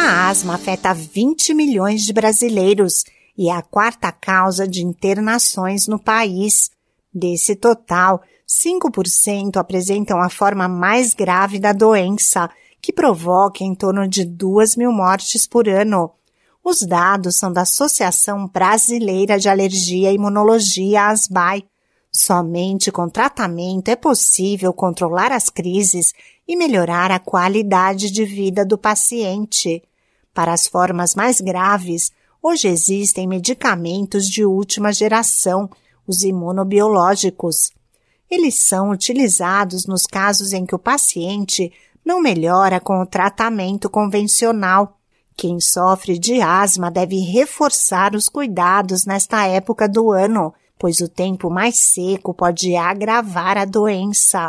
A asma afeta 20 milhões de brasileiros e é a quarta causa de internações no país. Desse total, 5% apresentam a forma mais grave da doença, que provoca em torno de 2.000 mortes por ano. Os dados são da Associação Brasileira de Alergia e Imunologia, ASBAI. Somente com tratamento é possível controlar as crises e melhorar a qualidade de vida do paciente. Para as formas mais graves, hoje existem medicamentos de última geração, os imunobiológicos. Eles são utilizados nos casos em que o paciente não melhora com o tratamento convencional. Quem sofre de asma deve reforçar os cuidados nesta época do ano, pois o tempo mais seco pode agravar a doença.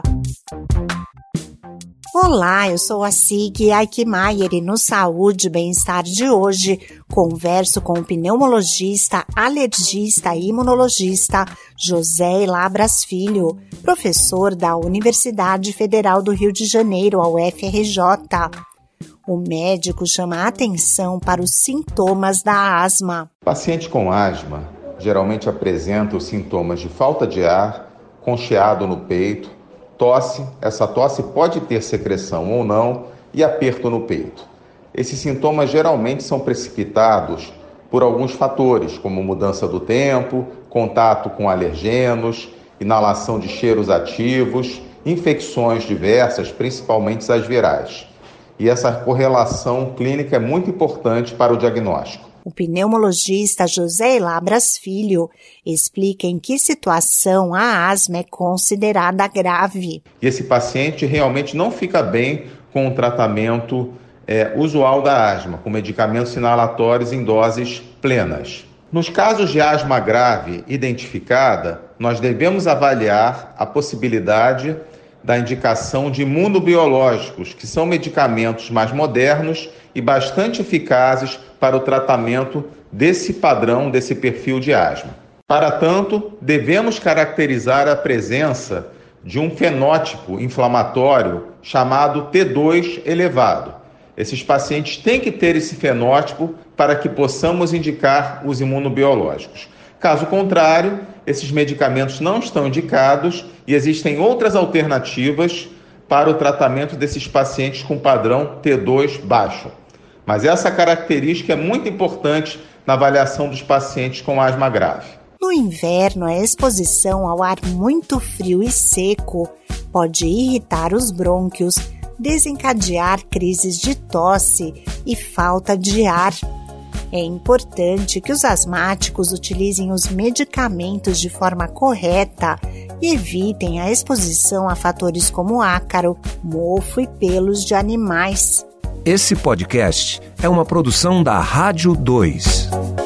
Olá, eu sou a Sig Aikmaier e no Saúde e Bem-Estar de hoje converso com o pneumologista, alergista e imunologista José Labras Filho, professor da Universidade Federal do Rio de Janeiro, a UFRJ. O médico chama a atenção para os sintomas da asma. Paciente com asma geralmente apresenta os sintomas de falta de ar, com chiado no peito, tosse, essa tosse pode ter secreção ou não, e aperto no peito. Esses sintomas geralmente são precipitados por alguns fatores, como mudança do tempo, contato com alergenos, inalação de cheiros ativos, infecções diversas, principalmente as virais. E essa correlação clínica é muito importante para o diagnóstico. O pneumologista José Labras Filho explica em que situação a asma é considerada grave. E esse paciente realmente não fica bem com o tratamento usual da asma, com medicamentos inalatórios em doses plenas. Nos casos de asma grave identificada, nós devemos avaliar a possibilidade da indicação de imunobiológicos, que são medicamentos mais modernos e bastante eficazes para o tratamento desse padrão, desse perfil de asma. Para tanto, devemos caracterizar a presença de um fenótipo inflamatório chamado T2 elevado. Esses pacientes têm que ter esse fenótipo para que possamos indicar os imunobiológicos. Caso contrário, esses medicamentos não estão indicados e existem outras alternativas para o tratamento desses pacientes com padrão T2 baixo. Mas essa característica é muito importante na avaliação dos pacientes com asma grave. No inverno, a exposição ao ar muito frio e seco pode irritar os brônquios, desencadear crises de tosse e falta de ar. É importante que os asmáticos utilizem os medicamentos de forma correta e evitem a exposição a fatores como ácaro, mofo e pelos de animais. Esse podcast é uma produção da Rádio 2.